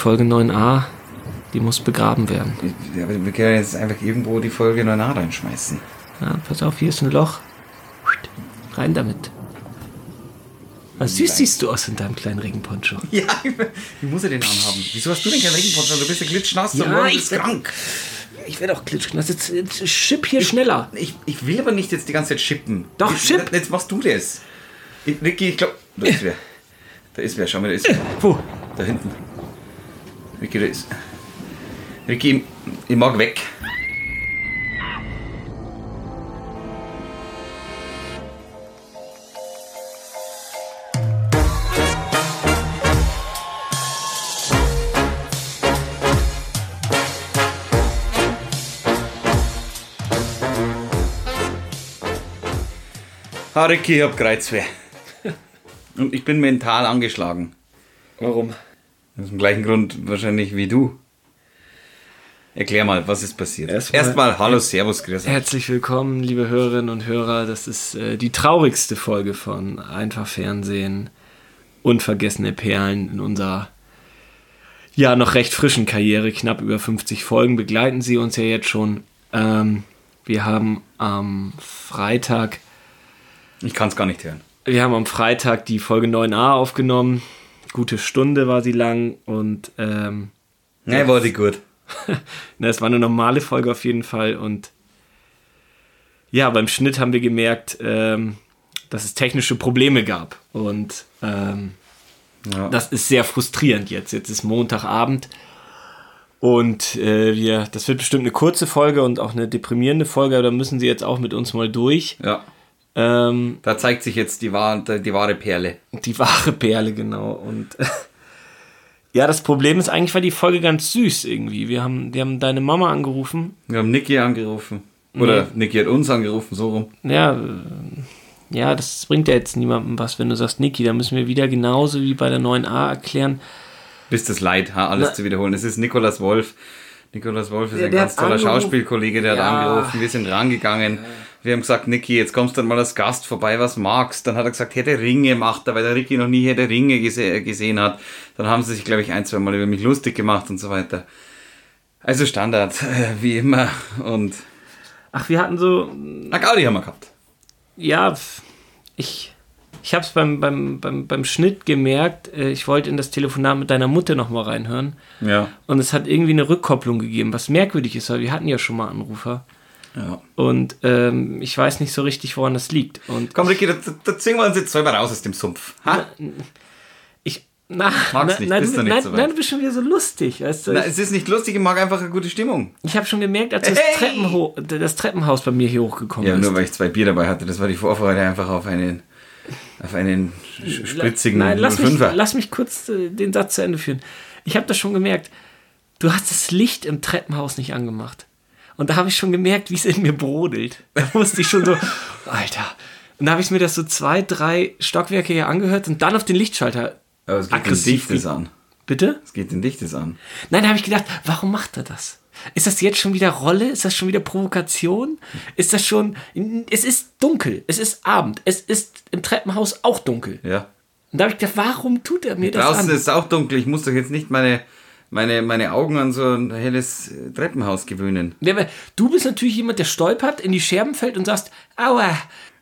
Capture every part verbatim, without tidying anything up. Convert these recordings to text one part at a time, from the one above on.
Folge neun a, die muss begraben werden. Ja, aber wir können jetzt einfach irgendwo die Folge neun a reinschmeißen. Ja, pass auf, hier ist ein Loch. Rein damit. Was süß siehst du aus in deinem kleinen Regenponcho? Ja, wie muss er den anhaben? Wieso hast du denn keinen Regenponcho? Du bist ja klitschnass ja, und morgen ich bist krank. Ich werde auch klitschnass. Jetzt, jetzt schipp hier ich, schneller. Ich, ich will aber nicht jetzt die ganze Zeit schippen. Doch, ich, schipp. Jetzt machst du das. Ich, Ricky, ich glaube... Da ist wer. Da ist wer. Schau mal, da ist wer. Wo? Da hinten. Ricky, da ist... Ricky, ich mag weg. Ah, Ricky, ich hab Kreuzweh. Und ich bin mental angeschlagen. Warum? Aus dem gleichen Grund wahrscheinlich wie du. Erklär mal, was ist passiert? Erstmal, Erstmal hallo, servus, grüß euch. Herzlich willkommen, liebe Hörerinnen und Hörer. Das ist äh, die traurigste Folge von Einfach Fernsehen. Unvergessene Perlen in unserer ja noch recht frischen Karriere. Knapp über fünfzig Folgen begleiten sie uns ja jetzt schon. Ähm, wir haben am Freitag... Ich kann es gar nicht hören. Wir haben am Freitag die Folge neun a aufgenommen. Gute Stunde war sie lang und ähm, Nein, war die gut. Na, es war eine normale Folge auf jeden Fall und ja, beim Schnitt haben wir gemerkt, ähm, dass es technische Probleme gab und ähm, ja. Das ist sehr frustrierend jetzt. Jetzt ist Montagabend und äh, wir, das wird bestimmt eine kurze Folge und auch eine deprimierende Folge, aber da müssen Sie jetzt auch mit uns mal durch. Ja. Ähm, da zeigt sich jetzt die wahre, die wahre Perle. Die wahre Perle, genau. Und äh, ja, das Problem ist, eigentlich war die Folge ganz süß irgendwie. Wir haben, wir haben deine Mama angerufen. Wir haben Niki angerufen. Oder nee. Niki hat uns angerufen, so rum. Ja, äh, ja, das bringt ja jetzt niemandem was, wenn du sagst Niki. Da müssen wir wieder genauso wie bei der neun a erklären. Bist es leid, alles Na, zu wiederholen. Es ist Nikolaus Wolf. Nikolaus Wolf ist ja, ein ganz toller angerufen. Schauspielkollege, der ja. hat angerufen. Wir sind rangegangen. Ja. Wir haben gesagt, Niki, jetzt kommst du dann mal als Gast vorbei, was magst? Dann hat er gesagt, Herr der Ringe macht er, weil der Ricky noch nie Herr der Ringe gese- gesehen hat. Dann haben sie sich, glaube ich, ein, zwei Mal über mich lustig gemacht und so weiter. Also Standard, äh, wie immer. Und Ach, wir hatten so... Na, Gaudi haben wir gehabt. Ja, ich, ich habe es beim, beim, beim, beim Schnitt gemerkt, äh, ich wollte in das Telefonat mit deiner Mutter nochmal reinhören. Ja. Und es hat irgendwie eine Rückkopplung gegeben, was merkwürdig ist, weil wir hatten ja schon mal Anrufer. Ja. Und ähm, ich weiß nicht so richtig, woran das liegt. Und komm, Ricky, da, da ziehen wir uns jetzt selber raus aus dem Sumpf. Ha? Na, ich, na, Mag's na, nicht, nein, bist du, du nicht nein, so weit. nein, du bist schon wieder so lustig. Weißt du? Na, es ist nicht lustig, ich mag einfach eine gute Stimmung. Ich habe schon gemerkt, als du hey! das, Treppenho- das Treppenhaus bei mir hier hochgekommen ja, bist. Ja, nur weil ich zwei Bier dabei hatte. Das war die Vorfreude einfach auf einen, auf einen spritzigen Nein, lass mich, Fünfer. lass mich kurz äh, den Satz zu Ende führen. Ich habe das schon gemerkt. Du hast das Licht im Treppenhaus nicht angemacht. Und da habe ich schon gemerkt, wie es in mir brodelt. Da musste ich schon so, Alter. Und da habe ich mir das so zwei, drei Stockwerke hier angehört und dann auf den Lichtschalter Aber es geht aggressiv den Dichtes an. Bitte? Es geht den Dichtes an. Nein, da habe ich gedacht, warum macht er das? Ist das jetzt schon wieder Rolle? Ist das schon wieder Provokation? Ist das schon... Es ist dunkel. Es ist Abend. Es ist im Treppenhaus auch dunkel. Ja. Und da habe ich gedacht, warum tut er mir das Draußen an? ist es auch dunkel. Ich muss doch jetzt nicht meine... Meine, meine Augen an so ein helles Treppenhaus gewöhnen. Du bist natürlich jemand, der stolpert, in die Scherben fällt und sagst, aua,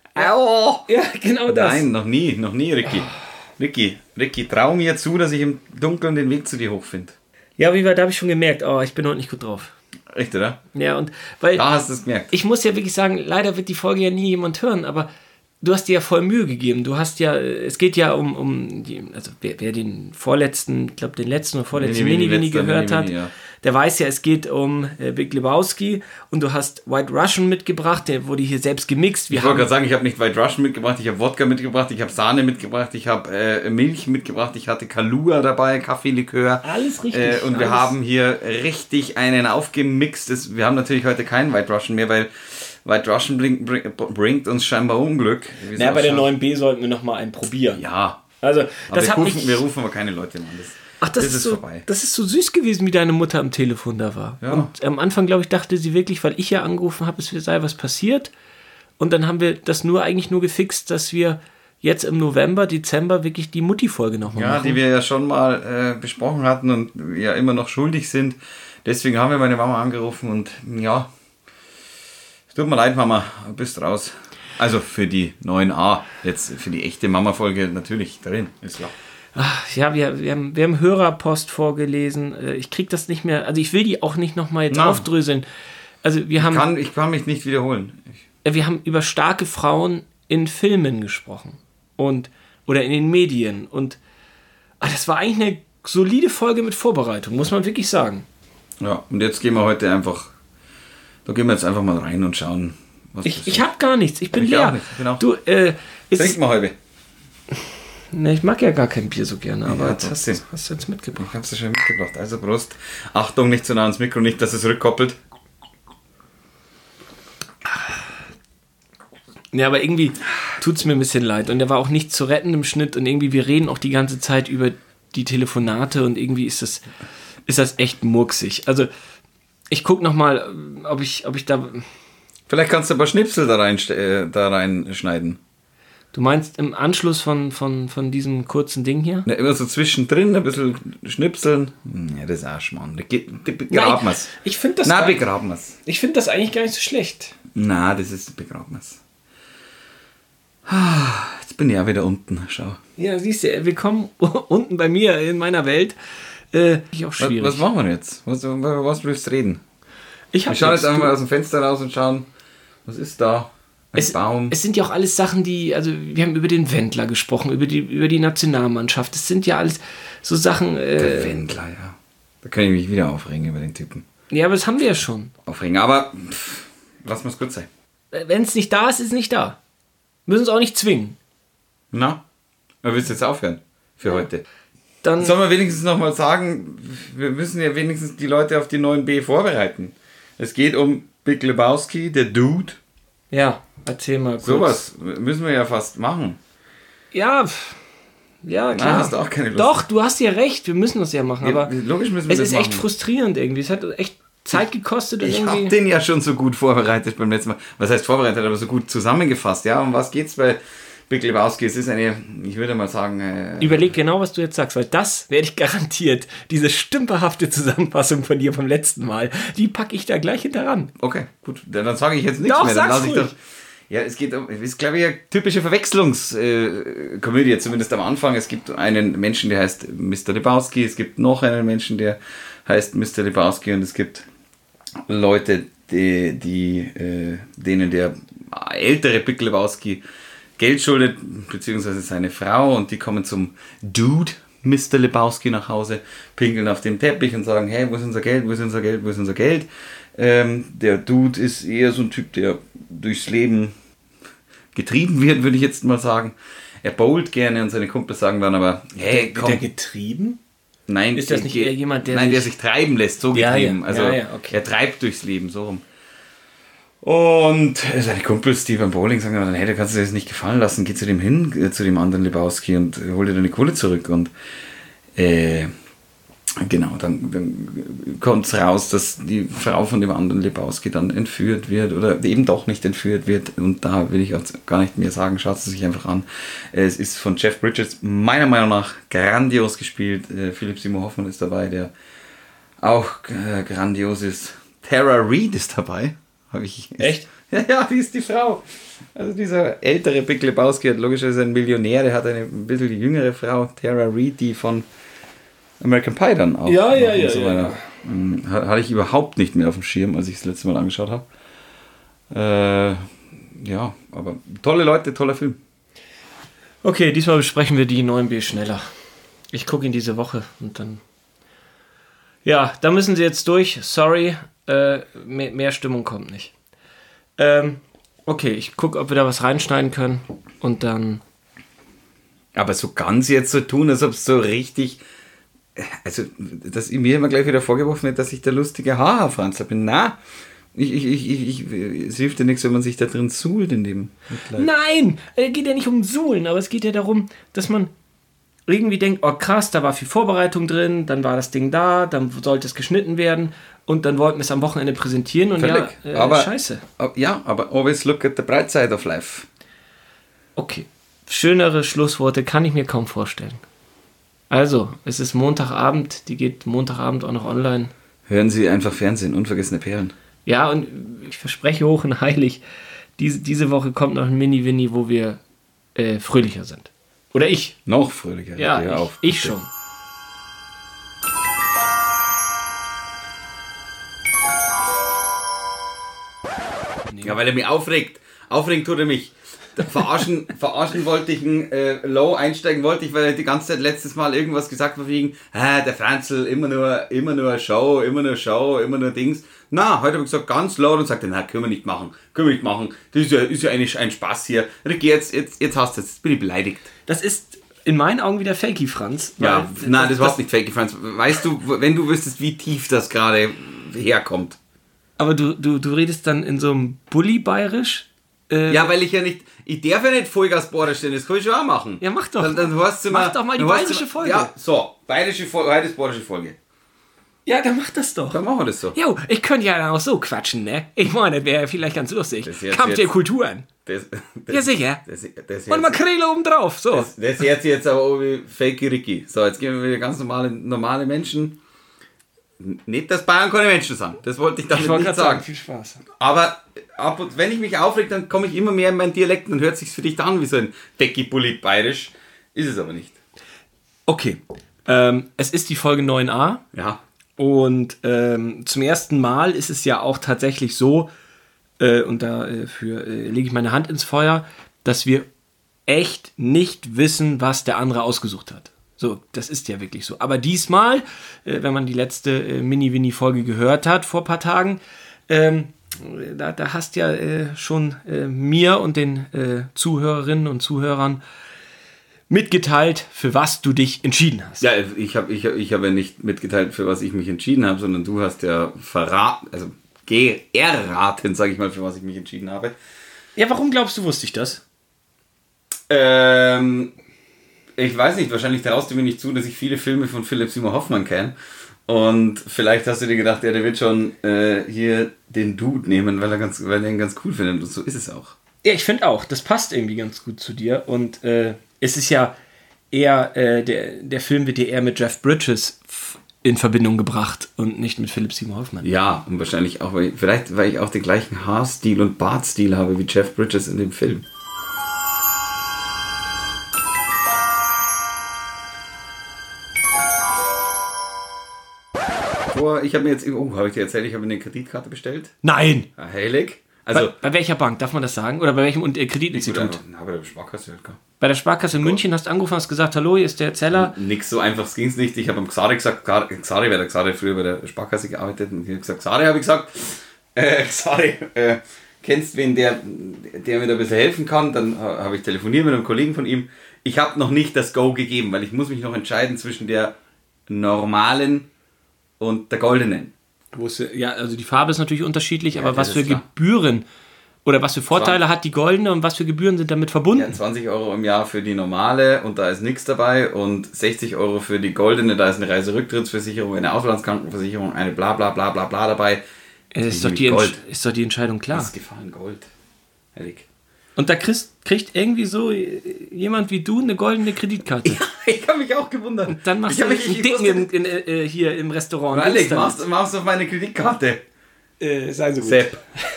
Au. Ja, genau das. Nein, noch nie, noch nie, Ricky. Ricky, Ricky, trau mir zu, dass ich im Dunkeln den Weg zu dir hochfinde. Ja, wie war, da habe ich schon gemerkt, oh, ich bin heute nicht gut drauf. Echt, oder? Ja, und weil... Da hast du es gemerkt. Ich muss ja wirklich sagen, leider wird die Folge ja nie jemand hören, aber... Du hast dir ja voll Mühe gegeben. Du hast ja, es geht ja um, um die, also wer, wer den vorletzten, ich glaube den letzten oder vorletzten Mini-Mini gehört hat, Mini, ja. Der weiß ja, es geht um äh, Big Lebowski und du hast White Russian mitgebracht, der wurde hier selbst gemixt. Wir ich wollte gerade sagen, ich habe nicht White Russian mitgebracht, ich habe Wodka mitgebracht, ich habe Sahne mitgebracht, ich habe äh, Milch mitgebracht, ich hatte Kahlua dabei, Kaffeelikör. Alles richtig. Äh, und alles. wir haben hier richtig einen aufgemixt. Das, wir haben natürlich heute keinen White Russian mehr, weil White Russian bringt, bringt, bringt uns scheinbar Unglück. Ja, bei der neun b sollten wir nochmal einen probieren. Ja. Also, aber das wir, hat rufen, mich, wir rufen aber keine Leute an. Das, Ach, das, das ist, ist so, vorbei. Das ist so süß gewesen, wie deine Mutter am Telefon da war. Ja. Und am Anfang, glaube ich, dachte sie wirklich, weil ich ja angerufen habe, es sei was passiert. Und dann haben wir das nur eigentlich nur gefixt, dass wir jetzt im November, Dezember wirklich die Mutti-Folge nochmal ja, machen. Ja, die wir ja schon mal äh, besprochen hatten und ja immer noch schuldig sind. Deswegen haben wir meine Mama angerufen und ja, tut mir leid, Mama, bist raus. Also für die neun a, jetzt für die echte Mama-Folge natürlich drin, ist klar. Ach, ja, wir, wir, haben, wir haben Hörerpost vorgelesen. Ich krieg das nicht mehr, also ich will die auch nicht nochmal jetzt Na. aufdröseln. Also wir haben, ich, kann, ich kann mich nicht wiederholen. Ich wir haben über starke Frauen in Filmen gesprochen und oder in den Medien und ach, das war eigentlich eine solide Folge mit Vorbereitung, muss man wirklich sagen. Ja, und jetzt gehen wir heute einfach, da gehen wir jetzt einfach mal rein und schauen, was Ich, ich habe gar nichts, ich bin ich leer. Auch nicht, genau. Du, äh, Trink mal halbe. Ne, ich mag ja gar kein Bier so gerne, aber ja, jetzt hast, du, hast du jetzt mitgebracht. Ich hab's ja schon mitgebracht. Also Prost. Achtung, nicht zu nah ans Mikro, nicht, dass es rückkoppelt. Ja, aber irgendwie tut's mir ein bisschen leid. Und der war auch nicht zu retten im Schnitt. Und irgendwie, wir reden auch die ganze Zeit über die Telefonate und irgendwie ist das, ist das echt murksig. Also, ich guck nochmal, ob ich, ob ich da... Vielleicht kannst du ein paar Schnipsel da, rein, äh, da reinschneiden. Du meinst im Anschluss von, von, von diesem kurzen Ding hier? Ja, immer so zwischendrin ein bisschen schnipseln. Ja, das ist auch Schmarrn. Begraben wir's. Ich finde das, Nein, begraben wir's. Ich finde das eigentlich gar nicht so schlecht. Nein, das ist begraben wir's. Jetzt bin ich ja wieder unten, schau. Ja, siehst du, willkommen unten bei mir in meiner Welt. Äh, auch schwierig. Was, was machen wir jetzt? Was, was willst du reden? Ich wir schauen jetzt einfach mal aus dem Fenster raus und schauen, was ist da? Ein es, Baum. Es sind ja auch alles Sachen, die, also wir haben über den Wendler gesprochen, über die, über die Nationalmannschaft. Es sind ja alles so Sachen. Äh, Der Wendler, ja. Da kann ich mich wieder aufregen über den Typen. Ja, aber das haben wir ja schon. Aufregen, aber pff, lass mal es gut sein. Wenn es nicht da ist, ist es nicht da. Müssen es auch nicht zwingen. Na, aber willst du jetzt aufhören für ja. heute? Dann sollen wir wenigstens nochmal sagen, wir müssen ja wenigstens die Leute auf die neun b vorbereiten. Es geht um Big Lebowski, der Dude. Ja, erzähl mal kurz. Sowas müssen wir ja fast machen. Ja, ja, klar. Nein, hast du auch keine Lust. Doch, du hast ja recht, wir müssen das ja machen, ja, aber logisch müssen wir es das ist machen. echt frustrierend irgendwie. Es hat echt Zeit gekostet. Ich, ich habe den ja schon so gut vorbereitet beim letzten Mal. Was heißt vorbereitet, aber so gut zusammengefasst. Ja, um was geht's bei Big Lebowski? Es ist eine, ich würde mal sagen... Äh, Überleg genau, was du jetzt sagst, weil das werde ich garantiert, diese stümperhafte Zusammenfassung von dir vom letzten Mal, die packe ich da gleich hinteran. Okay, gut, dann, dann sage ich jetzt nichts doch, mehr. Dann lasse ich doch. Ja, es geht um, es ist glaube ich eine typische Verwechslungskomödie, äh, zumindest am Anfang. Es gibt einen Menschen, der heißt Mister Lebowski, es gibt noch einen Menschen, der heißt Mister Lebowski und es gibt Leute, die, die äh, denen der ältere Big Lebowski Geld schuldet, beziehungsweise seine Frau, und die kommen zum Dude Mister Lebowski nach Hause, pinkeln auf dem Teppich und sagen, hey, wo ist unser Geld, wo ist unser Geld, wo ist unser Geld? Ähm, der Dude ist eher so ein Typ, der durchs Leben getrieben wird, würde ich jetzt mal sagen. Er bowlt gerne und seine Kumpels sagen dann aber, hey, komm. Wird er getrieben? Nein, ist das nicht eher jemand, der nein, sich... der sich treiben lässt, so getrieben. Ja, ja. Also ja, ja, okay. er treibt durchs Leben, so rum. Und seine Kumpels, die beim Bowling sagen dann, hey, du kannst dir das nicht gefallen lassen, geh zu dem hin, äh, zu dem anderen Lebowski und äh, hol dir deine Kohle zurück. Und äh, genau, dann, dann kommt es raus, dass die Frau von dem anderen Lebowski dann entführt wird oder eben doch nicht entführt wird. Und da will ich auch gar nicht mehr sagen, schaut es sich einfach an. Es ist von Jeff Bridges meiner Meinung nach grandios gespielt. Äh, Philipp Seymour Hoffman ist dabei, der auch äh, grandios ist. Tara Reid ist dabei. Hab ich, echt? Ja, ja, die ist die Frau. Also dieser ältere Big Lebowski hat logischerweise ein Millionär, der hat eine ein bisschen jüngere Frau, Tara Reid, die von American Pie dann auch. Ja, ja, ja, so ja. Hatte ich überhaupt nicht mehr auf dem Schirm, als ich es das letzte Mal angeschaut habe. Äh, ja, aber tolle Leute, toller Film. Okay, diesmal besprechen wir die neun b schneller. Ich gucke ihn diese Woche und dann... Ja, da müssen sie jetzt durch. Sorry, äh, mehr, mehr Stimmung kommt nicht. Ähm, okay, ich gucke, ob wir da was reinschneiden können und dann... Aber so ganz jetzt so tun, als ob es so richtig... Also, dass mir immer gleich wieder vorgeworfen wird, dass ich der lustige Haarfranzler bin. Na, ich, ich, ich, ich, es hilft ja nichts, wenn man sich da drin suhlt in dem Mitleid. Nein, es geht ja nicht um Suhlen, aber es geht ja darum, dass man irgendwie denkt, oh krass, da war viel Vorbereitung drin, dann war das Ding da, dann sollte es geschnitten werden und dann wollten wir es am Wochenende präsentieren und Völlig. ja, äh, aber, scheiße. Ja, aber always look at the bright side of life. Okay, schönere Schlussworte kann ich mir kaum vorstellen. Also, es ist Montagabend, die geht Montagabend auch noch online. Hören Sie einfach Fernsehen, unvergessene Perlen. Ja, und ich verspreche hoch und heilig, diese, diese Woche kommt noch ein Mini-Winnie, wo wir äh, fröhlicher sind. Oder ich. Noch fröhlicher. Ja, ich, auf, ich schon. Ja, weil er mich aufregt. Aufregen tut er mich. Verarschen, verarschen wollte ich ein äh, Low einsteigen wollte ich, weil er die ganze Zeit letztes Mal irgendwas gesagt hat wegen, ah, der Franzl, immer nur, immer nur Show, immer nur Show, immer nur Dings. Na, heute habe ich gesagt, ganz laut und sagte, na, können wir nicht machen, können wir nicht machen. Das ist ja, ist ja eigentlich ein Spaß hier. Ricky, jetzt, jetzt, jetzt hast du es, jetzt bin ich beleidigt. Das ist in meinen Augen wieder Fakey Franz. Ja, nein, das, das war nicht Fakey Franz. Weißt du, wenn du wüsstest, wie tief das gerade herkommt. Aber du, du, du redest dann in so einem Bulli-Bayerisch? Äh, ja, weil ich ja nicht, ich darf ja nicht Vollgas Border stellen, das kann ich schon auch machen. Ja, mach doch. Dann, dann mach mal, doch mal die bayerische Folge. Ja, so, bayerische Folge, heute ist bayerische Folge. Ja, dann mach das doch. Dann machen wir das so. Jo, ich könnte ja auch so quatschen, ne? Ich meine, das wäre vielleicht ganz lustig. Kampf der Kulturen. Das, das, ja, sicher. Das, das und Makrele oben drauf, so. Das, das hört sich jetzt aber wie Fake Ricky. So, jetzt gehen wir wieder ganz normale, normale Menschen. Nicht, dass Bayern keine Menschen sind. Das wollte ich damit ich nicht sagen. sagen. Viel Spaß. Aber ab und wenn ich mich aufreg, dann komme ich immer mehr in meinen Dialekt und hört sich für dich an wie so ein Decki-Bulli-Bayerisch. Ist es aber nicht. Okay. Ähm, es ist die Folge neun a. Ja. Und ähm, zum ersten Mal ist es ja auch tatsächlich so, äh, und dafür äh, lege ich meine Hand ins Feuer, dass wir echt nicht wissen, was der andere ausgesucht hat. So, das ist ja wirklich so. Aber diesmal, äh, wenn man die letzte äh, Mini-Winnie-Folge gehört hat, vor ein paar Tagen, ähm, da, da hast ja äh, schon äh, mir und den äh, Zuhörerinnen und Zuhörern mitgeteilt, für was du dich entschieden hast. Ja, ich habe ich, ich hab ja nicht mitgeteilt, für was ich mich entschieden habe, sondern du hast ja verraten, also erraten, sage ich mal, für was ich mich entschieden habe. Ja, warum glaubst du, wusste ich das? Ähm... Ich weiß nicht, wahrscheinlich traust du mir nicht zu, dass ich viele Filme von Philipp Seymour Hoffman kenne. Und vielleicht hast du dir gedacht, ja, der wird schon äh, hier den Dude nehmen, weil er, ganz, weil er ihn ganz cool findet. Und so ist es auch. Ja, ich finde auch. Das passt irgendwie ganz gut zu dir. Und äh, es ist ja eher, äh, der, der Film wird dir eher mit Jeff Bridges in Verbindung gebracht und nicht mit Philipp Seymour Hoffman. Ja, und wahrscheinlich auch, weil, vielleicht, weil ich auch den gleichen Haarstil und Bartstil habe wie Jeff Bridges in dem Film. Ich habe mir jetzt, oh, habe ich dir erzählt, ich habe mir eine Kreditkarte bestellt. Nein! Ja, heilig. Also, bei, bei welcher Bank, darf man das sagen? Oder bei welchem äh, Kreditinstitut? Na, bei der Sparkasse. Bei der Sparkasse in München hast du angerufen, hast gesagt, hallo, hier ist der Zeller. Nix so einfach ging es nicht. Ich habe am Xari gesagt, Xari, weil der Xari früher bei der Sparkasse gearbeitet und ich habe gesagt, Xari, habe ich gesagt, äh, Xari, äh, kennst wen, der, der mir da ein bisschen helfen kann? Dann habe ich telefoniert mit einem Kollegen von ihm. Ich habe noch nicht das Go gegeben, weil ich muss mich noch entscheiden zwischen der normalen und der goldenen. Ja, also die Farbe ist natürlich unterschiedlich, ja, aber was für Gebühren oder was für Vorteile hat die goldene und was für Gebühren sind damit verbunden? Ja, zwanzig Euro im Jahr für die normale und da ist nichts dabei und sechzig Euro für die goldene, da ist eine Reiserücktrittsversicherung, eine Auslandskrankenversicherung, eine bla bla bla bla bla dabei. Ist doch, die Gold. ist doch die Entscheidung klar. Das ist gefallen Gold. Ehrlich. Und da kriegst, kriegt irgendwie so jemand wie du eine goldene Kreditkarte. Ja, ich habe mich auch gewundert. Und dann machst ich du mich, einen Dicken in, in, in, hier im Restaurant. Alex, machst, machst du auf meine Kreditkarte. Äh, sei so gut. Sepp.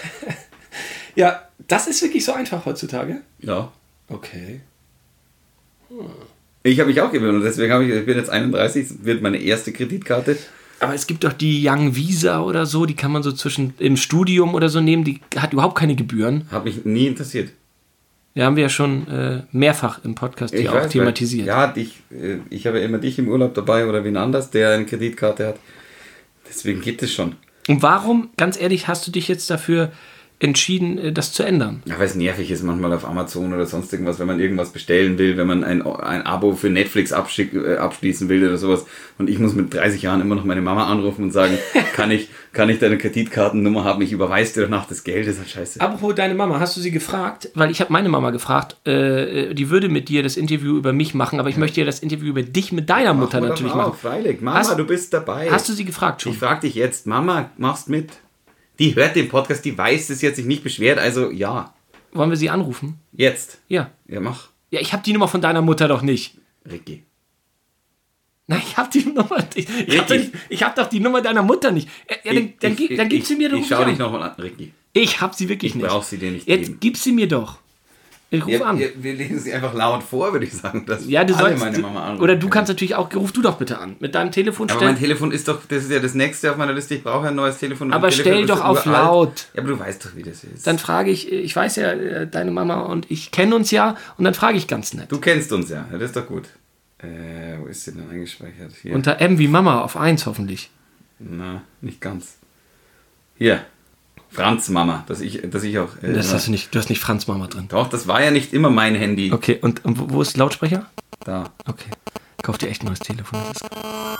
Ja, das ist wirklich so einfach heutzutage? Ja. Okay. Hm. Ich habe mich auch gewundert. Deswegen habe ich, ich bin jetzt einunddreißig, wird meine erste Kreditkarte. Aber es gibt doch die Young Visa oder so, die kann man so zwischen im Studium oder so nehmen, die hat überhaupt keine Gebühren. Hat mich nie interessiert. Ja, haben wir ja schon äh, mehrfach im Podcast hier auch thematisiert. Weil, ja, dich, äh, ich habe ja immer dich im Urlaub dabei oder wen anders, der eine Kreditkarte hat. Deswegen geht es schon. Und warum, ganz ehrlich, hast du dich jetzt dafür entschieden, das zu ändern? Ja, weil es nervig ist manchmal auf Amazon oder sonst irgendwas, wenn man irgendwas bestellen will, wenn man ein, ein Abo für Netflix abschick, äh, abschließen will oder sowas. Und ich muss mit dreißig Jahren immer noch meine Mama anrufen und sagen, kann ich, kann ich deine Kreditkartennummer haben? Ich überweise dir doch nach das Geld, das ist halt scheiße. Apropos deine Mama, hast du sie gefragt? Weil ich habe meine Mama gefragt, äh, die würde mit dir das Interview über mich machen, aber ich möchte ja das Interview über dich mit deiner Mutter Mach natürlich auch, machen. Freilich. Mama, hast, du bist dabei. Hast du sie gefragt schon? Ich frage dich jetzt, Mama, machst mit? Die hört den Podcast, die weiß, dass sie hat sich nicht beschwert, also ja. Wollen wir sie anrufen? Jetzt? Ja. Ja, mach. Ja, ich habe die Nummer von deiner Mutter doch nicht. Ricky. Nein, ich habe die Nummer. Ich, ich habe doch, hab doch die Nummer deiner Mutter nicht. Ja, dann, dann, ich, dann gib ich, sie mir doch. Ich schau dich nochmal an, Ricky. Ich habe sie wirklich ich nicht. Ich brauche sie dir nicht Jetzt geben. Gib sie mir doch. Ich rufe ja, an. Wir, wir lesen sie einfach laut vor, würde ich sagen. Dass ja, du alle sollst. meine Mama anrufen. Oder du kannst natürlich auch. Ruf du doch bitte an. Mit deinem Telefon. Aber mein Telefon ist doch. Das ist ja das nächste auf meiner Liste. Ich brauche ein neues Telefon. Aber Telefon stell doch auf uralt. Laut. Ja, aber du weißt doch, wie das ist. Dann frage ich. Ich weiß ja, deine Mama und ich kennen uns ja. Und dann frage ich ganz nett. Du kennst uns ja. Das ist doch gut. Äh, wo ist sie denn eingespeichert? Hier. Unter M wie Mama auf eins hoffentlich. Na, nicht ganz. Hier. Franz Mama, dass ich, dass ich auch. Äh, das hast du nicht, du hast nicht Franz Mama drin. Doch, das war ja nicht immer mein Handy. Okay, und, und wo ist Lautsprecher? Da. Okay. Kauf dir echt ein neues Telefon. Das ist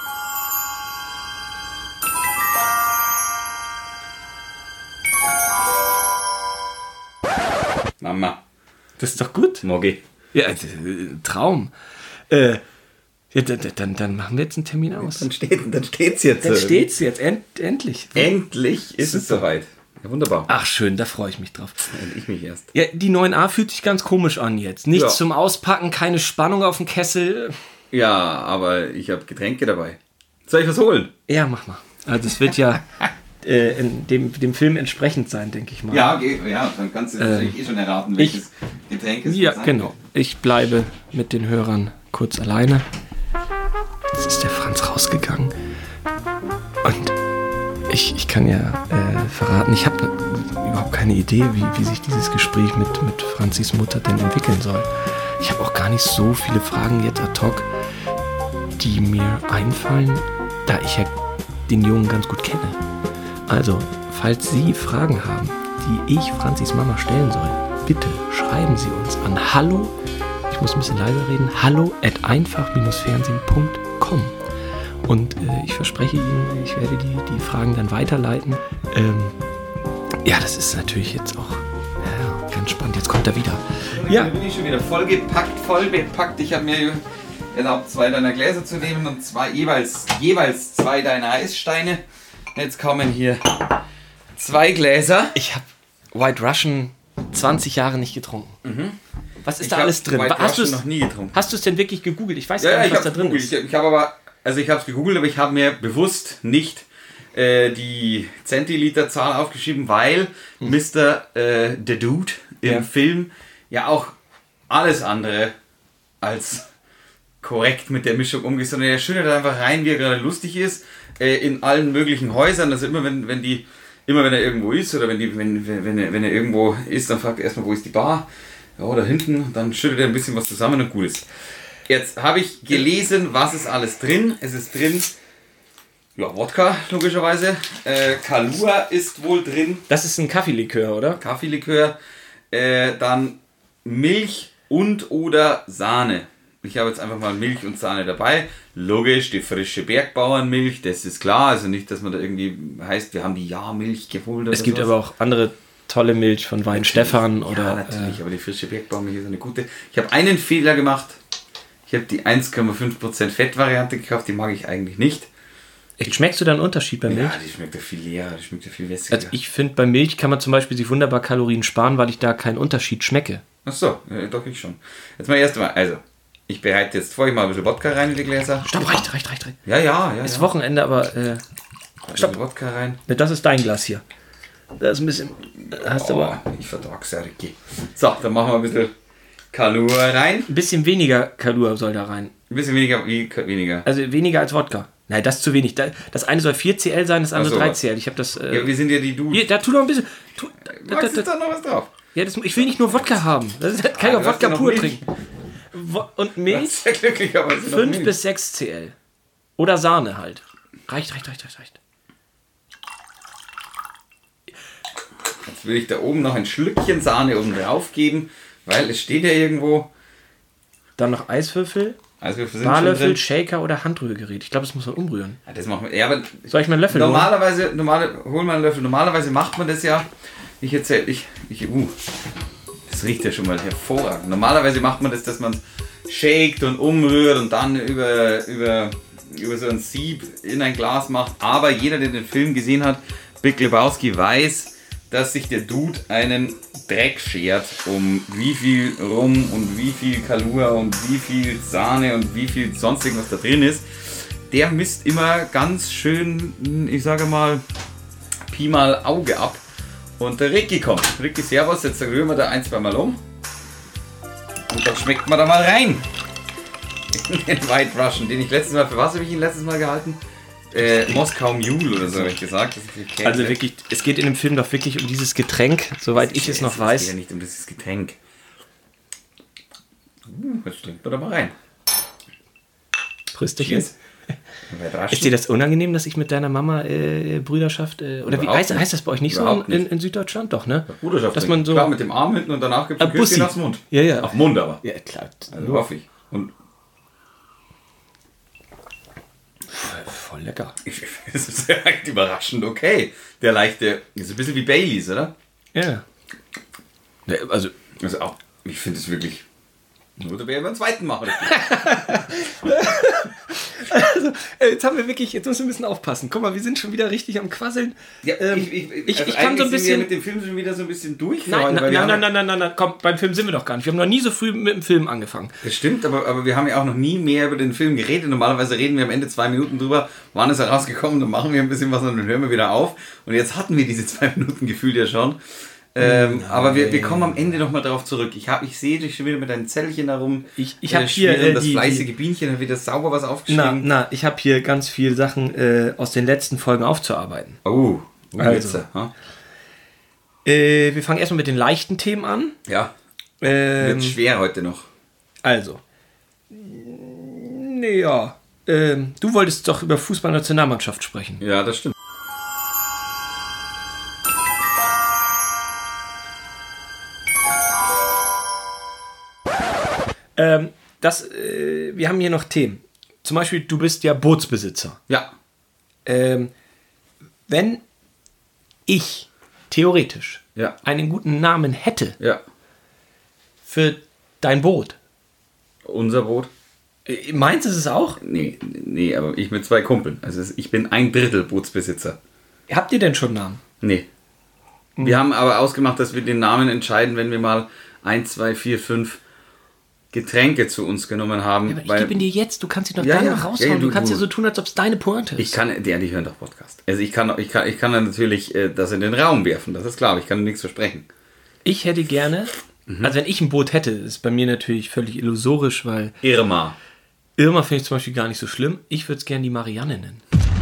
Mama. Das ist doch gut. Moggi. Ja, äh, Traum. Äh, ja, dann, dann machen wir jetzt einen Termin aus. Dann steht dann steht's jetzt. Dann steht's jetzt, End, endlich. Endlich ist es soweit. Ja, wunderbar. Ach schön, da freue ich mich drauf. Und ich mich erst. Ja, die neun a fühlt sich ganz komisch an jetzt. Nichts ja. zum Auspacken, keine Spannung auf dem Kessel. Ja, aber ich habe Getränke dabei. Soll ich was holen? Ja, mach mal. Also es wird ja äh, in dem, dem Film entsprechend sein, denke ich mal. Ja, okay, ja, dann kannst du ähm, natürlich eh schon erraten, welches ich, Getränk es Ja, genau. Ich bleibe mit den Hörern kurz alleine. Jetzt ist der Franz rausgegangen. Und ich, ich kann ja äh, verraten, ich habe überhaupt keine Idee, wie, wie sich dieses Gespräch mit, mit Franzis Mutter denn entwickeln soll. Ich habe auch gar nicht so viele Fragen jetzt ad hoc, die mir einfallen, da ich ja den Jungen ganz gut kenne. Also, falls Sie Fragen haben, die ich Franzis Mama stellen soll, bitte schreiben Sie uns an hallo, ich muss ein bisschen leiser reden, hallo at einfach fernsehen punkt com. Und äh, ich verspreche Ihnen, ich werde die, die Fragen dann weiterleiten. Ähm, ja, das ist natürlich jetzt auch ja, ganz spannend. Jetzt kommt er wieder. Ja, bin ich schon wieder vollgepackt, voll bepackt. Ich habe mir erlaubt, zwei deiner Gläser zu nehmen und zwei jeweils, jeweils zwei deiner Eissteine. Jetzt kommen hier zwei Gläser. Ich habe White Russian zwanzig Jahre nicht getrunken. Mhm. Was ist ich da alles drin? White hast du es noch nie getrunken? Hast du es denn wirklich gegoogelt? Ich weiß ja, gar nicht, ja, was da drin gegoogelt. ist. Ich, ich habe aber, also ich habe es gegoogelt, aber ich habe mir bewusst nicht äh, die Zentiliterzahl aufgeschrieben, weil hm. Mister Äh, The Dude im ja. Film ja auch alles andere als korrekt mit der Mischung umgeht, sondern er schüttet einfach rein, wie er gerade lustig ist, äh, in allen möglichen Häusern. Also immer wenn, wenn die, immer wenn er irgendwo ist oder wenn die, wenn, wenn, er, wenn er irgendwo ist, dann fragt er erstmal, wo ist die Bar? Ja, da hinten, dann schüttet er ein bisschen was zusammen und gut ist. Jetzt habe ich gelesen, was ist alles drin. Es ist drin, ja, Wodka, logischerweise. Äh, Kahlua ist wohl drin. Das ist ein Kaffeelikör, oder? Kaffeelikör. Äh, dann Milch und oder Sahne. Ich habe jetzt einfach mal Milch und Sahne dabei. Logisch, die frische Bergbauernmilch, das ist klar. Also nicht, dass man da irgendwie heißt, wir haben die Ja-Milch geholt. Es gibt sowas. Aber auch andere tolle Milch von Wein Stefan oder. Ja, natürlich, äh, aber die frische Bergbauernmilch ist eine gute. Ich habe einen Fehler gemacht. Ich habe die eins Komma fünf Prozent Fettvariante gekauft, die mag ich eigentlich nicht. Echt, schmeckst du da einen Unterschied bei Milch? Ja, die schmeckt ja viel leerer, die schmeckt ja viel wässriger. Also ich finde, bei Milch kann man zum Beispiel sich wunderbar Kalorien sparen, weil ich da keinen Unterschied schmecke. Ach so, ja, doch ich schon. Jetzt mal erst mal, also, ich bereite jetzt vor, ich mal ein bisschen Wodka rein in die Gläser. Stopp, reicht, reicht, reicht, reicht. Ja, ja, ja. Ist ja. Wochenende, aber äh, stopp. Wodka rein. Das ist dein Glas hier. Das ist ein bisschen, hast du oh, aber... Ich vertrag's ja, Ricky. So, dann machen wir ein bisschen Kahlua rein. Ein bisschen weniger Kahlua soll da rein. Ein bisschen weniger, wie weniger? Also weniger als Wodka. Nein, das ist zu wenig. Das eine soll vier Ccl sein, das andere so, drei Ccl. Ich habe das... Äh, ja, wir sind ja die Dudes. Hier, da tu doch ein bisschen... Tu, da, da, da, da noch was drauf? Ja, das, ich will nicht nur Wodka haben. Das ist, kann ah, ich auch Wodka pur trinken. Und Milch, ja fünf bis sechs Ccl. Oder Sahne halt. Reicht, reicht, reicht, reicht, reicht. Jetzt will ich da oben noch ein Schlückchen Sahne oben drauf geben, weil es steht ja irgendwo. Dann noch Eiswürfel, Eiswürfel sind Barlöffel, Shaker oder Handrührgerät. Ich glaube, das muss man umrühren. Ja, das machen wir. Ja, aber soll ich mal einen Löffel normalerweise, holen? Normale, hol mal einen Löffel. Normalerweise macht man das ja. Ich erzähle, ich, ich, uh, das riecht ja schon mal hervorragend. Normalerweise macht man das, dass man shakt und umrührt und dann über, über, über so ein Sieb in ein Glas macht. Aber jeder, der den Film gesehen hat, Big Lebowski, weiß, dass sich der Dude einen Dreck schert, um wie viel Rum und wie viel Kalua und wie viel Sahne und wie viel sonst irgendwas da drin ist. Der misst immer ganz schön, ich sage mal, Pi mal Auge ab. Und der Ricky kommt. Ricky, servus, jetzt rühren wir da ein, zwei Mal um. Und dann schmeckt man da mal rein. In den White Russian, den ich letztes Mal, für was habe ich ihn letztes Mal gehalten? Äh, Moskau Mule oder so habe ich gesagt. Das ist also wirklich, es geht in dem Film doch wirklich um dieses Getränk, soweit ich es noch weiß. Es geht ja nicht um dieses Getränk. Uh, jetzt trinkt man da mal rein. Prösterchen. Ist dir das unangenehm, dass ich mit deiner Mama äh, Brüderschaft, äh, oder wie heißt, heißt das bei euch nicht Überhaupt so in, in Süddeutschland? Doch, ne? Brüderschaft. Dass man so klar, mit dem Arm hinten und danach gibt es ein Küsschen aufs Mund. Ja, ja. Auf den Mund aber. Ja, klar. Also hoffe ich. Und voll lecker. Das ist ja echt überraschend okay. Der leichte, ist ein bisschen wie Baileys, oder? Ja. ja also, also auch, ich finde es wirklich... Nur da werden wir einen zweiten machen. Also, jetzt haben wir wirklich, jetzt müssen wir ein bisschen aufpassen. Guck mal, wir sind schon wieder richtig am Quasseln. Ja, ähm, ich, ich, ich, also ich kann so ein bisschen. Sind wir mit dem Film schon wieder so ein bisschen durch. Nein, heute, nein, nein, nein, nein, nein, nein, nein, komm, beim Film sind wir doch gar nicht. Wir haben noch nie so früh mit dem Film angefangen. Das stimmt, aber, aber wir haben ja auch noch nie mehr über den Film geredet. Normalerweise reden wir am Ende zwei Minuten drüber, wann ist er rausgekommen, dann machen wir ein bisschen was und dann hören wir wieder auf. Und jetzt hatten wir diese zwei Minuten gefühlt ja schon. Ähm, Nein. Aber wir, wir kommen am Ende nochmal darauf zurück. Ich, hab, ich sehe dich schon wieder mit deinen Zellchen herum. Ich, ich habe hier äh, das die, fleißige die, Bienchen hat wieder sauber was aufgeschrieben. Na, na ich habe hier ganz viele Sachen äh, aus den letzten Folgen aufzuarbeiten. Oh, oh also, jetzt, huh? äh, wir fangen erstmal mit den leichten Themen an. Ja, ähm, wird schwer heute noch. Also, naja, ähm, du wolltest doch über Fußballnationalmannschaft sprechen. Ja, das stimmt. Ähm, das, äh, wir haben hier noch Themen. Zum Beispiel, du bist ja Bootsbesitzer. Ja. Ähm, wenn ich theoretisch ja. einen guten Namen hätte ja. für dein Boot. Unser Boot? Äh, meinst du es auch? Nee, nee, aber ich mit zwei Kumpeln. Also ich bin ein Drittel Bootsbesitzer. Habt ihr denn schon Namen? Nee. Mhm. Wir haben aber ausgemacht, dass wir den Namen entscheiden, wenn wir mal ein, zwei, vier, fünf Getränke zu uns genommen haben. Ja, aber ich weil, gebe ihn dir jetzt, du kannst ihn doch ja, dann ja, noch raushauen. Ja, du, du kannst du, ja so tun, als ob es deine Pointe ist. Ich kann, ja, die hören doch Podcast. Also ich kann, ich kann, ich kann dann natürlich äh, das in den Raum werfen, das ist klar, aber ich kann nichts versprechen. Ich hätte gerne, mhm. also wenn ich ein Boot hätte, ist bei mir natürlich völlig illusorisch, weil... Irma. Irma finde ich zum Beispiel gar nicht so schlimm. Ich würde es gerne die Marianne nennen.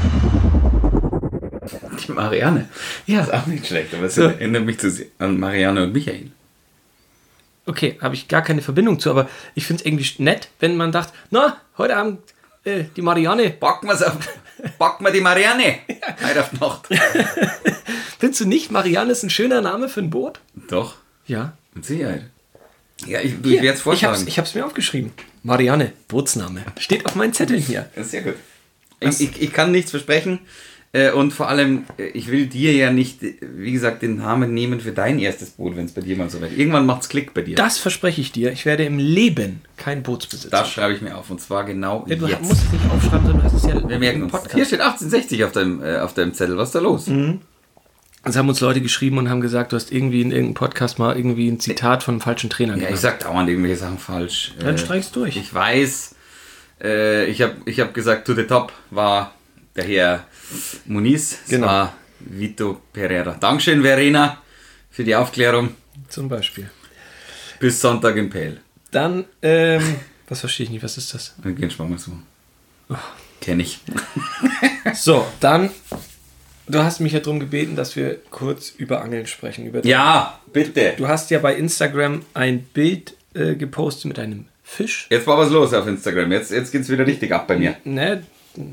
Die Marianne? Ja. Das ist auch nicht schlecht, aber es so. erinnert mich zu, an Marianne und Michael. Okay, habe ich gar keine Verbindung zu, aber ich finde es irgendwie nett, wenn man sagt, na, heute Abend äh, die Marianne. Packen wir auf, packen wir die Marianne. Ja. Heute auf Nacht. Findest du nicht, Marianne ist ein schöner Name für ein Boot? Doch. Ja. Mit Sicherheit. Ja, ich, ich werde es vorschlagen. Ich habe es mir aufgeschrieben. Marianne, Bootsname. Steht auf meinen Zetteln hier. Das ist sehr gut. Ich, ich, ich kann nichts versprechen. Und vor allem, ich will dir ja nicht, wie gesagt, den Namen nehmen für dein erstes Boot, wenn es bei dir mal so wird. Irgendwann macht's Klick bei dir. Das verspreche ich dir. Ich werde im Leben kein Bootsbesitzer. Das schreibe ich mir auf. Und zwar genau ja, du jetzt. Du musst es nicht aufschreiben, sondern du hast es ja Wir merken uns. Podcast. Hier steht achtzehnhundertsechzig auf deinem, äh, auf deinem Zettel. Was ist da los? Mhm. Also haben uns Leute geschrieben und haben gesagt, du hast irgendwie in irgendeinem Podcast mal irgendwie ein Zitat von einem falschen Trainer gemacht. Ja, ich sag dauernd irgendwelche Sachen falsch. Dann äh, streichst durch. Ich weiß. Äh, ich habe ich hab gesagt, to the top war der Herr Muniz, das genau. war Vito Pereira. Dankeschön, Verena, für die Aufklärung. Zum Beispiel. Bis Sonntag im P L. Dann, ähm, was verstehe ich nicht, was ist das? Dann gehen wir mal so. Oh. Kenn ich. So, dann, du hast mich ja darum gebeten, dass wir kurz über Angeln sprechen. Über ja, bitte. Du hast ja bei Instagram ein Bild äh, gepostet mit einem Fisch. Jetzt war was los auf Instagram, jetzt, jetzt geht es wieder richtig ab bei mir. Ne,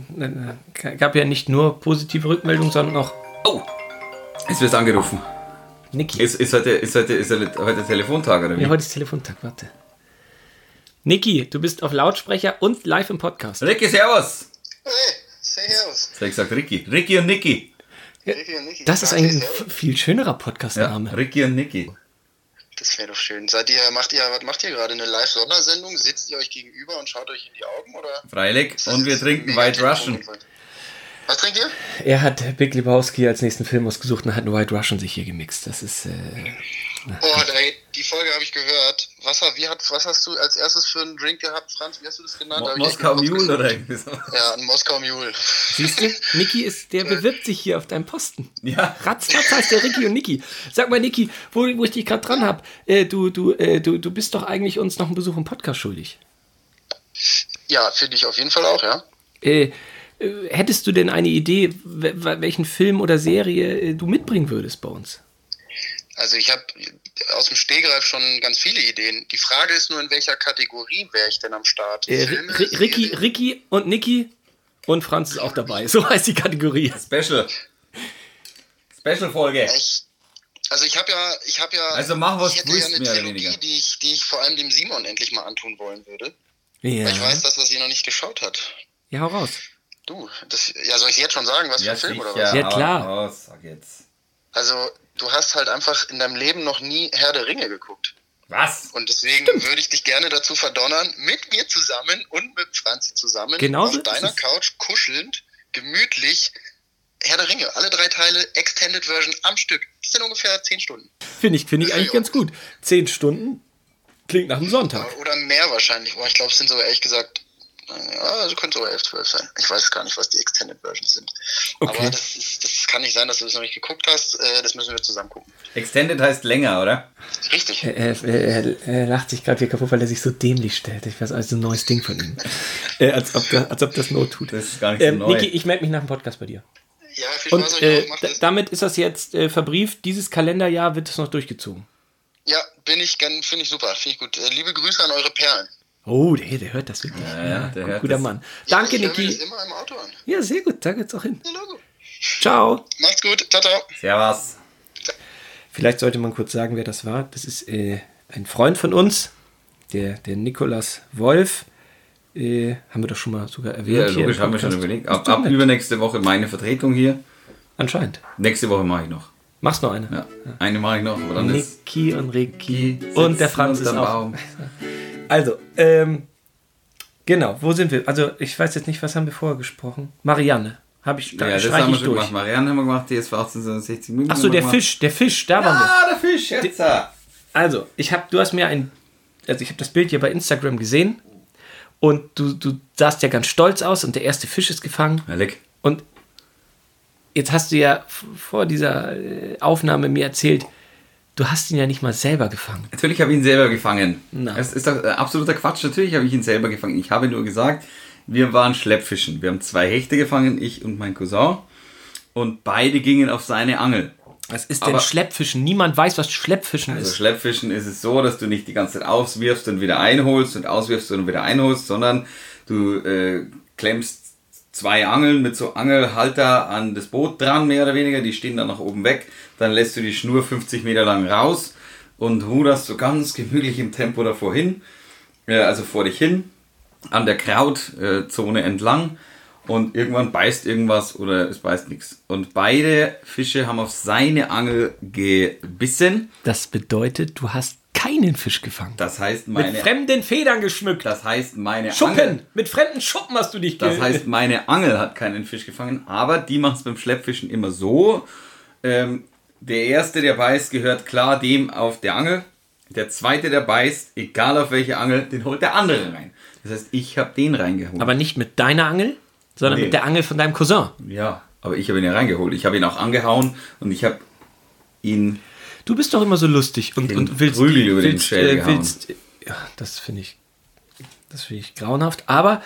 gab ja nicht nur positive Rückmeldungen, sondern auch... Oh, es wird angerufen. Niki. Ist, ist, heute, ist, heute, ist heute Telefontag, oder wie? Ja, heute ist Telefontag, warte. Niki, du bist auf Lautsprecher und live im Podcast. Ricky, servus. Hey, servus. Ich gesagt Ricky. Ricky und Niki. Ja, Ricky und Niki. Das ist ein servus. viel schönerer Podcast-Name. Ja, Ricky und Niki. Das wäre doch schön. Seid ihr, macht ihr, was macht ihr gerade? Eine Live-Sondersendung? Sitzt ihr euch gegenüber und schaut euch in die Augen? Oder? Freilich. Und wir trinken White Russian. Was trinkt ihr? Er hat Big Lebowski als nächsten Film ausgesucht und hat einen White Russian sich hier gemixt. Das ist... Äh, oh, ey, die Folge habe ich gehört. Was, wie hat, was hast du als erstes für einen Drink gehabt, Franz? Wie hast du das genannt? Mo- Moskau Mule oder irgendwie so. Ja, ein Moskau Mule. Siehst du, Niki ist, der bewirbt sich hier auf deinem Posten. Ja. Ratzfatz heißt der Ricky und Niki. Sag mal, Niki, wo, wo ich dich gerade dran habe, äh, du, du, äh, du, du bist doch eigentlich uns noch einen Besuch im Podcast schuldig. Ja, finde ich auf jeden Fall auch, ja. Äh, äh, hättest du denn eine Idee, w- welchen Film oder Serie äh, du mitbringen würdest bei uns? Also ich habe aus dem Stegreif schon ganz viele Ideen. Die Frage ist nur, in welcher Kategorie wäre ich denn am Start? Äh, Filme, R- Ricky, Serien? Ricky und Niki und Franz ist auch dabei. So heißt die Kategorie. Special. Special-Folge. Ich, also ich habe ja, ich habe ja, Also mach, was ich du hätte ja willst, eine mehr oder Trilogie, weniger. die ich, die ich vor allem dem Simon endlich mal antun wollen würde. Ja. Weil ich weiß, dass er sie noch nicht geschaut hat. Ja, hau raus. Du, das, ja, soll ich jetzt schon sagen, was für Ja, ein Film sicher. oder was? Ja, klar. Aber, oh, sag jetzt. Also, du hast halt einfach in deinem Leben noch nie Herr der Ringe geguckt. Was? Und deswegen würde ich dich gerne dazu verdonnern, mit mir zusammen und mit Franzi zusammen Genauso auf ist deiner es. Couch kuschelnd, gemütlich Herr der Ringe, alle drei Teile, Extended Version am Stück. Das sind ungefähr zehn Stunden. Finde ich, finde ich eigentlich ganz gut. Zehn Stunden klingt nach einem Sonntag. Oder mehr wahrscheinlich. Boah, ich glaube, es sind sogar ehrlich gesagt, ja, also könnte sogar elf, zwölf sein. Ich weiß gar nicht, was die Extended Versions sind. Okay. Aber das, ist, das kann nicht sein, dass du das noch nicht geguckt hast. Äh, Das müssen wir zusammen gucken. Extended heißt länger, oder? Richtig. Er, er, er, er lacht sich gerade hier kaputt, weil er sich so dämlich stellt. Ich weiß, also ein neues Ding von ihm. äh, als, ob das, als ob das Not tut. Das ist gar nicht so ähm, neu. Niki, ich melde mich nach dem Podcast bei dir. Ja, viel Spaß Und euch äh, auch. Macht d- es. damit ist das jetzt äh, verbrieft. Dieses Kalenderjahr wird es noch durchgezogen. Ja, bin ich, gern- finde ich super. Finde ich gut. Äh, Liebe Grüße an eure Perlen. Oh, der, der hört das wirklich. Ja, ja, der hört Guter das. Mann. Danke, ich höre mir das Niki. immer im Auto an. Ja, sehr gut. Da geht's auch hin. Ja, Logo. Ciao. Macht's gut. Ciao, ciao. Servus. Vielleicht sollte man kurz sagen, wer das war. Das ist äh, ein Freund von uns, der, der Nikolas Wolf. Äh, haben wir doch schon mal sogar erwähnt. Ja, hier im logisch, haben wir schon Podcast. überlegt. Ist Ab, doch ab nett. übernächste Woche meine Vertretung hier. Anscheinend. Nächste Woche mache ich noch. Machst noch eine. Ja, eine mache ich noch, aber dann ist Niki und Ricky. sitzen Und der Franz ist unterm auch. Baum. Also, ähm, genau, wo sind wir? Also, ich weiß jetzt nicht, was haben wir vorher gesprochen? Marianne. Habe ich, da Ja, das streich haben wir ich schon durch. gemacht. Marianne haben wir gemacht, D S V achtzehnhundertsechzig München. Achso, haben wir der gemacht. Fisch, der Fisch, da waren wir. Ah, der Fisch, jetzt. Also, ich habe, du hast mir ein, also ich habe das Bild hier bei Instagram gesehen und du, du sahst ja ganz stolz aus und der erste Fisch ist gefangen. Ja, leck. Und jetzt hast du ja f- vor dieser äh, Aufnahme mir erzählt, du hast ihn ja nicht mal selber gefangen. Natürlich habe ich ihn selber gefangen. Na. Das ist doch äh, absoluter Quatsch. Natürlich habe ich ihn selber gefangen. Ich habe nur gesagt, wir waren Schleppfischen. Wir haben zwei Hechte gefangen, ich und mein Cousin. Und beide gingen auf seine Angel. Was ist denn Aber- Schleppfischen? Niemand weiß, was Schleppfischen Also ist. Schleppfischen ist es so, dass du nicht die ganze Zeit auswirfst und wieder einholst und auswirfst und wieder einholst, sondern du äh, klemmst zwei Angeln mit so Angelhalter an das Boot dran, mehr oder weniger. Die stehen dann nach oben weg. Dann lässt du die Schnur fünfzig Meter lang raus und ruderst so ganz gemütlich im Tempo davor hin, äh, also vor dich hin, an der Krautzone entlang. Und irgendwann beißt irgendwas oder es beißt nichts. Und beide Fische haben auf seine Angel gebissen. Das bedeutet, du hast keinen Fisch gefangen. Das heißt, Mit meine, fremden Federn geschmückt. das heißt, meine Schuppen. Angel, Mit fremden Schuppen hast du dich ge- das heißt, meine Angel hat keinen Fisch gefangen, aber die macht es beim Schleppfischen immer so. Ähm, der erste, der beißt, gehört klar dem auf der Angel. Der zweite, der beißt, egal auf welche Angel, den holt der andere rein. Das heißt, ich habe den reingeholt. Aber nicht mit deiner Angel, sondern Nee. mit der Angel von deinem Cousin. Ja, aber ich habe ihn ja reingeholt. Ich habe ihn auch angehauen und ich habe ihn... Du bist doch immer so lustig und, Den und willst, Prügel über den willst, Schädel äh, gehauen. willst ja, das finde ich, das finde ich grauenhaft. Aber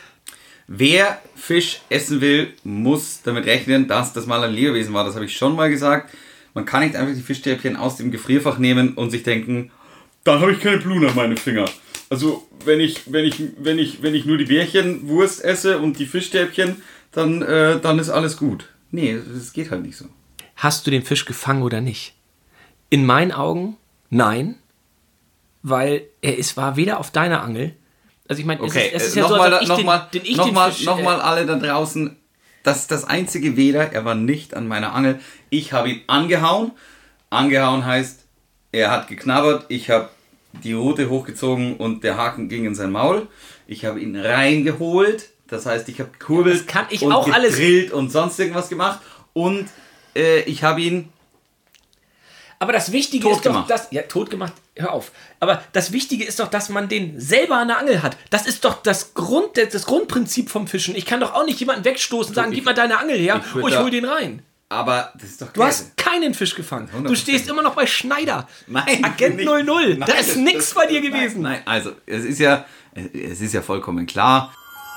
Wer Fisch essen will, muss damit rechnen, dass das mal ein Lebewesen war. Das habe ich schon mal gesagt. Man kann nicht einfach die Fischstäbchen aus dem Gefrierfach nehmen und sich denken, dann habe ich keine Blumen an meinen Finger. Also wenn ich, wenn ich, wenn ich, wenn ich nur die Bärchenwurst esse und die Fischstäbchen, dann, äh, dann ist alles gut. Nee, das geht halt nicht so. hast du den Fisch gefangen oder nicht? In meinen Augen nein, weil er ist, war weder auf deiner Angel. Also ich meine, Okay, es ist, es ist äh, ja so, nochmal, als ob ich nochmal, den, den, ich nochmal, den Fisch... nochmal äh, alle da draußen. Das ist das einzige Weder, er war nicht an meiner Angel. Ich habe ihn angehauen. Angehauen heißt, er hat geknabbert, ich habe die Rute hochgezogen und der Haken ging in sein Maul. Ich habe ihn reingeholt Das heißt, ich habe gekurbelt das kann ich und auch gegrillt alles. und sonst irgendwas gemacht. Und äh, ich habe ihn Aber das Wichtige tot ist doch, gemacht. dass... Ja, tot gemacht, hör auf. Aber das Wichtige ist doch, dass man den selber an der Angel hat. Das ist doch das, Grund, das Grundprinzip vom Fischen. Ich kann doch auch nicht jemanden wegstoßen und sagen, ich, gib mal deine Angel her, ich oh, ich hol den rein. Aber das ist doch Du hast keinen Fisch gefangen. hundert Prozent. Du stehst immer noch bei Schneider. Nein, Agent nicht. null null. Nein, Da ist das- nichts das- bei dir gewesen. Nein, nein, also es ist ja, es ist ja vollkommen klar.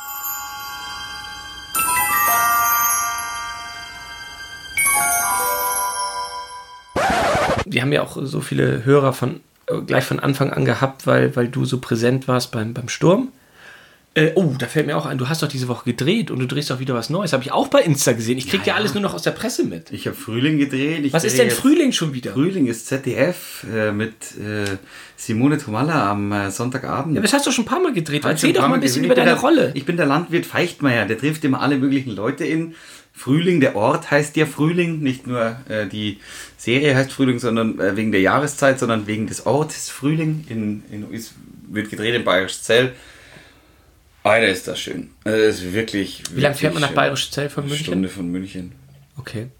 Wir haben ja auch so viele Hörer von äh, gleich von Anfang an gehabt, weil, weil du so präsent warst beim, beim Sturm. Äh, oh, da fällt mir auch ein, du hast doch diese Woche gedreht und du drehst auch wieder was Neues. Habe ich auch bei Insta gesehen. Ich krieg ja, ja alles nur noch aus der Presse mit. Ich habe Frühling gedreht. Ich was ist denn Frühling schon wieder? Frühling ist Z D F äh, mit äh, Simone Tomalla am äh, Sonntagabend. Ja, das hast du schon ein paar Mal gedreht. Hab ich Erzähl schon doch paar mal ein bisschen gesehen. über deine Ich bin der, Rolle. Ich bin der Landwirt Feichtmeier, der trifft immer alle möglichen Leute in. Frühling, der Ort heißt ja Frühling, nicht nur äh, die Serie heißt Frühling, sondern äh, wegen der Jahreszeit, sondern wegen des Ortes Frühling. In, in, ist, wird gedreht in Bayerischzell. Alter, ist das schön. Also das ist wirklich, Wie lange fährt man nach schön. Bayerischzell von München? Eine Stunde von München. Okay.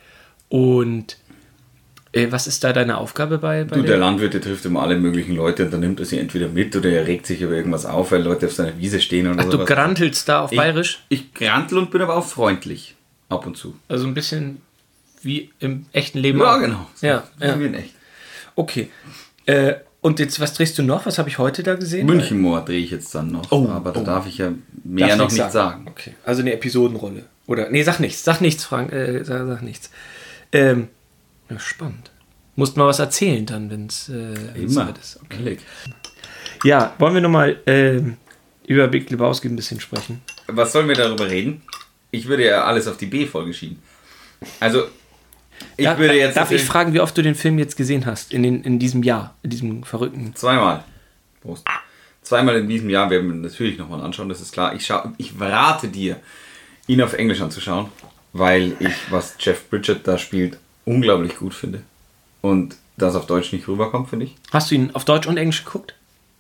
Und äh, was ist da deine Aufgabe bei, bei Du, der dem? Landwirt, der trifft immer alle möglichen Leute und dann nimmt er sie entweder mit oder er regt sich über irgendwas auf, weil Leute auf seiner Wiese stehen oder Ach, du sowas. grantelst da auf ich, Bayerisch? Ich grantel und bin aber auch freundlich. Ab und zu. Also ein bisschen wie im echten Leben. Ja, auch. genau. So, Ja, so ja. wie in echt. Okay. Äh, und jetzt, was drehst du noch? Was habe ich heute da gesehen? Münchenmoor drehe ich jetzt dann noch. Oh, aber da oh. darf ich ja mehr Darfst noch nichts nicht sagen. Okay. Also eine Episodenrolle. Oder, nee, sag nichts. Sag nichts, Frank. Äh, sag, sag nichts. Ähm, ja, spannend. Musst mal was erzählen dann, wenn es äh, Immer. Zeit ist. Okay. Okay. Ja, wollen wir nochmal ähm, über Big Lebowski ein bisschen sprechen? Was sollen wir darüber reden? Ich würde ja alles auf die B-Folge schieben. Also, ich Da- würde jetzt... Darf ich fragen, wie oft du den Film jetzt gesehen hast? In, den, in diesem Jahr? In diesem verrückten... Zweimal. Prost. Zweimal in diesem Jahr werden wir natürlich nochmal anschauen, das ist klar. Ich, schau, ich rate dir, ihn auf Englisch anzuschauen, weil ich, was Jeff Bridges da spielt, unglaublich gut finde. Und das auf Deutsch nicht rüberkommt, finde ich. Hast du ihn auf Deutsch und Englisch geguckt?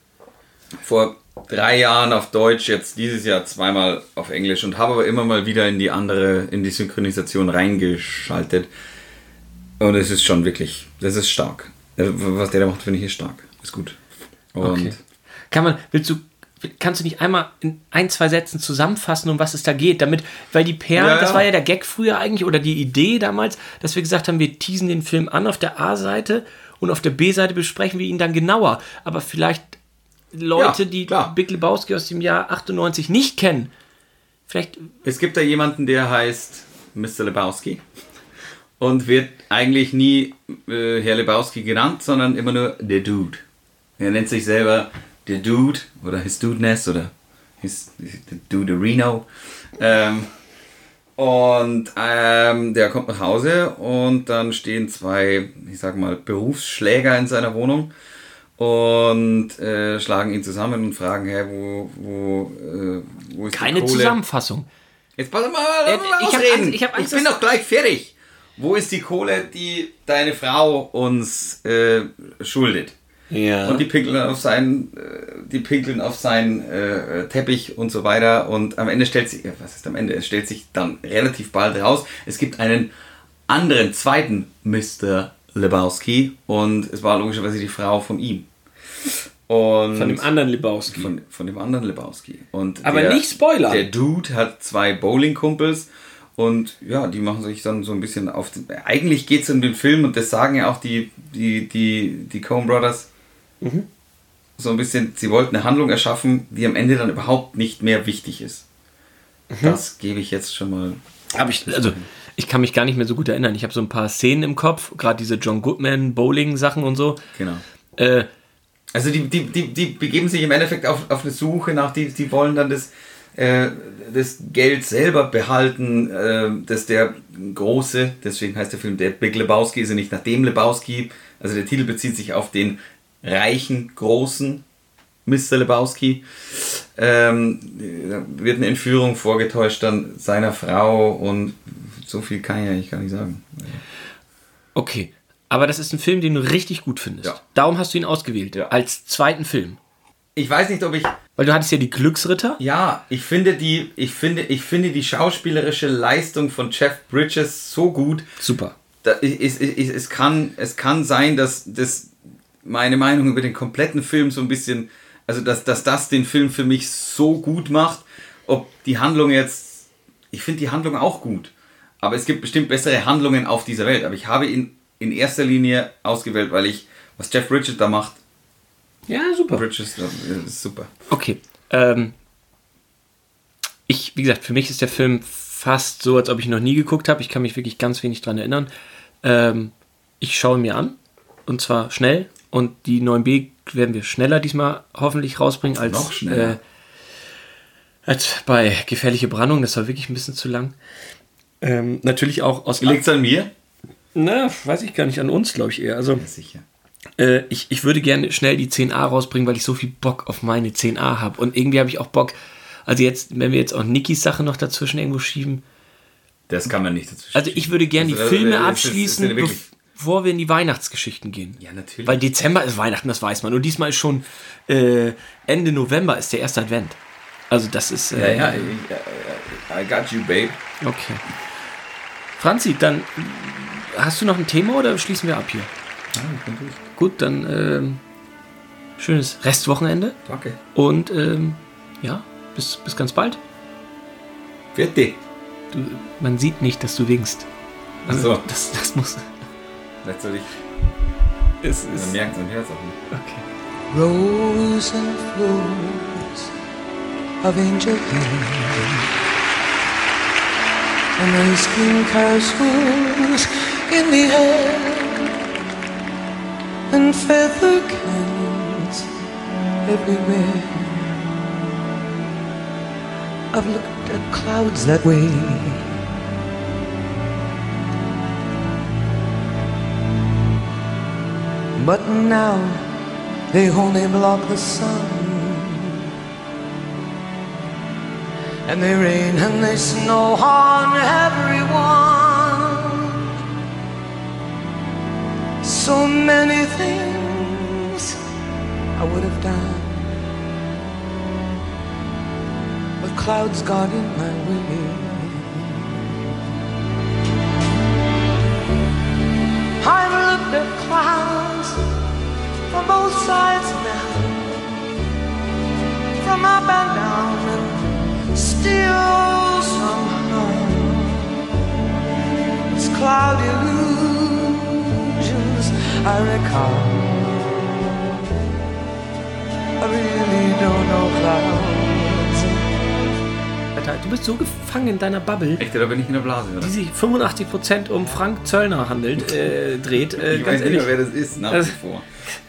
Vor drei Jahren auf Deutsch, jetzt dieses Jahr zweimal auf Englisch und habe aber immer mal wieder in die andere, in die Synchronisation reingeschaltet. Und es ist schon wirklich, das ist stark. Was der da macht, finde ich, ist stark. Ist gut. Und Okay. Kann man, willst du, kannst du nicht einmal in ein, zwei Sätzen zusammenfassen, um was es da geht? Damit, weil die Perlen, Ja, ja. das war ja der Gag früher eigentlich, oder die Idee damals, dass wir gesagt haben, wir teasen den Film an auf der A-Seite und auf der B-Seite besprechen wir ihn dann genauer. Aber vielleicht Leute, Ja, die klar. Big Lebowski aus dem Jahr achtundneunzig nicht kennen, vielleicht... Es gibt da jemanden, der heißt Mister Lebowski und wird eigentlich nie äh, Herr Lebowski genannt, sondern immer nur der Dude. Er nennt sich selber der Dude oder his Dudeness oder his, der Dude Reno. Ähm, und ähm, der kommt nach Hause und dann stehen zwei, ich sag mal, Berufsschläger in seiner Wohnung und äh, schlagen ihn zusammen und fragen, hey, wo, wo, äh, wo ist Keine die Kohle? Zusammenfassung. Jetzt pass mal, Äh, lass mal ich hab ausreden. Angst- ich hab Angst, ich bin dass- doch gleich fertig. Wo ist die Kohle, die deine Frau uns äh, schuldet? Ja. Und die pinkeln auf seinen, äh, die pinkeln auf seinen äh, Teppich und so weiter. Und am Ende stellt sich, was ist am Ende? Es stellt sich dann relativ bald raus, es gibt einen anderen, zweiten Mister Lebowski und es war logischerweise die Frau von ihm. Und Von dem anderen Lebowski. von, von dem anderen Lebowski. Und Aber der, nicht spoilern. Der Dude hat zwei Bowling-Kumpels und ja, die machen sich dann so ein bisschen auf den, eigentlich geht es um den Film und das sagen ja auch die, die, die, die Coen Brothers. Mhm. So ein bisschen, sie wollten eine Handlung erschaffen, die am Ende dann überhaupt nicht mehr wichtig ist. Mhm. Das gebe ich jetzt schon mal. Hab ich, also, ich kann mich gar nicht mehr so gut erinnern. Ich habe so ein paar Szenen im Kopf, gerade diese John Goodman Bowling-Sachen und so. Genau. Äh, Also die, die, die, die begeben sich im Endeffekt auf, auf eine Suche nach, die, die wollen dann das, äh, das Geld selber behalten, äh, dass der Große, deswegen heißt der Film der Big Lebowski, ist ja nicht nach dem Lebowski, also der Titel bezieht sich auf den reichen, großen Mister Lebowski, ähm, da wird eine Entführung vorgetäuscht dann seiner Frau und so viel kann ich eigentlich gar nicht sagen. okay. Aber das ist ein Film, den du richtig gut findest. Ja. Darum hast du ihn ausgewählt. Ja. Als zweiten Film. Ich weiß nicht, ob ich Weil du hattest ja die Glücksritter. Ja, ich finde die, ich finde, ich finde die schauspielerische Leistung von Jeff Bridges so gut. Super. Da, es, es, es, kann, es kann sein, dass das meine Meinung über den kompletten Film so ein bisschen, also dass, dass das den Film für mich so gut macht. Ob die Handlung jetzt, ich finde die Handlung auch gut, aber es gibt bestimmt bessere Handlungen auf dieser Welt. Aber ich habe ihn in erster Linie ausgewählt, weil ich, was Jeff Bridges da macht, ja, super. Bridges ist super. Okay. Ähm, ich, wie gesagt, für mich ist der Film fast so, als ob ich ihn noch nie geguckt habe. Ich kann mich wirklich ganz wenig dran erinnern. Ähm, ich schaue ihn mir an. Und zwar schnell. Und die neun B werden wir schneller diesmal hoffentlich rausbringen als, noch schneller. Äh, als bei Gefährliche Brandung. Das war wirklich ein bisschen zu lang. Ähm, natürlich auch aus... Liegt es an mir? Na, weiß ich gar nicht. An uns, glaube ich eher. Also, ja, sicher. Äh, ich, ich würde gerne schnell die zehn a rausbringen, weil ich so viel Bock auf meine zehn a habe. Und irgendwie habe ich auch Bock... Also jetzt, wenn wir jetzt auch Nikis Sache noch dazwischen irgendwo schieben... Das kann man nicht dazwischen Also ich würde gerne also, die Filme das abschließen, ist, ist bevor wir in die Weihnachtsgeschichten gehen. Ja, natürlich. Weil Dezember ist Weihnachten, das weiß man. Und diesmal ist schon äh, Ende November ist der erste Advent. Also das ist... Äh, ja, ja, I, I got you, babe. Okay. Franzi, dann hast du noch ein Thema oder schließen wir ab hier? Ja, ich bin durch. Gut, dann ähm, schönes Restwochenende. Danke. Und ähm, ja, bis, bis ganz bald. Vierte. Du, man sieht nicht, dass du winkst. Also, so. das, das muss... Letztendlich. Es Man ist... merkt es und hört es auch nicht. Okay. Rose and flows of angel hair, and ice cream castles in the air, and feather canyons everywhere. I've looked at clouds that way, but now they only block the sun, and they rain and they snow on everyone. So many things I would have done, but clouds got in my way. I've looked at clouds from both sides now, from up and down, and still somehow it's cloud illusions I recall. I really don't know clouds. Du bist so gefangen in deiner Bubble, Echt, da bin ich in der Blase, oder? die sich fünfundachtzig Prozent um Frank Zöllner handelt, äh, dreht. Äh, Ich ganz weiß nicht ehrlich. mehr, wer das ist, nach wie Also- vor.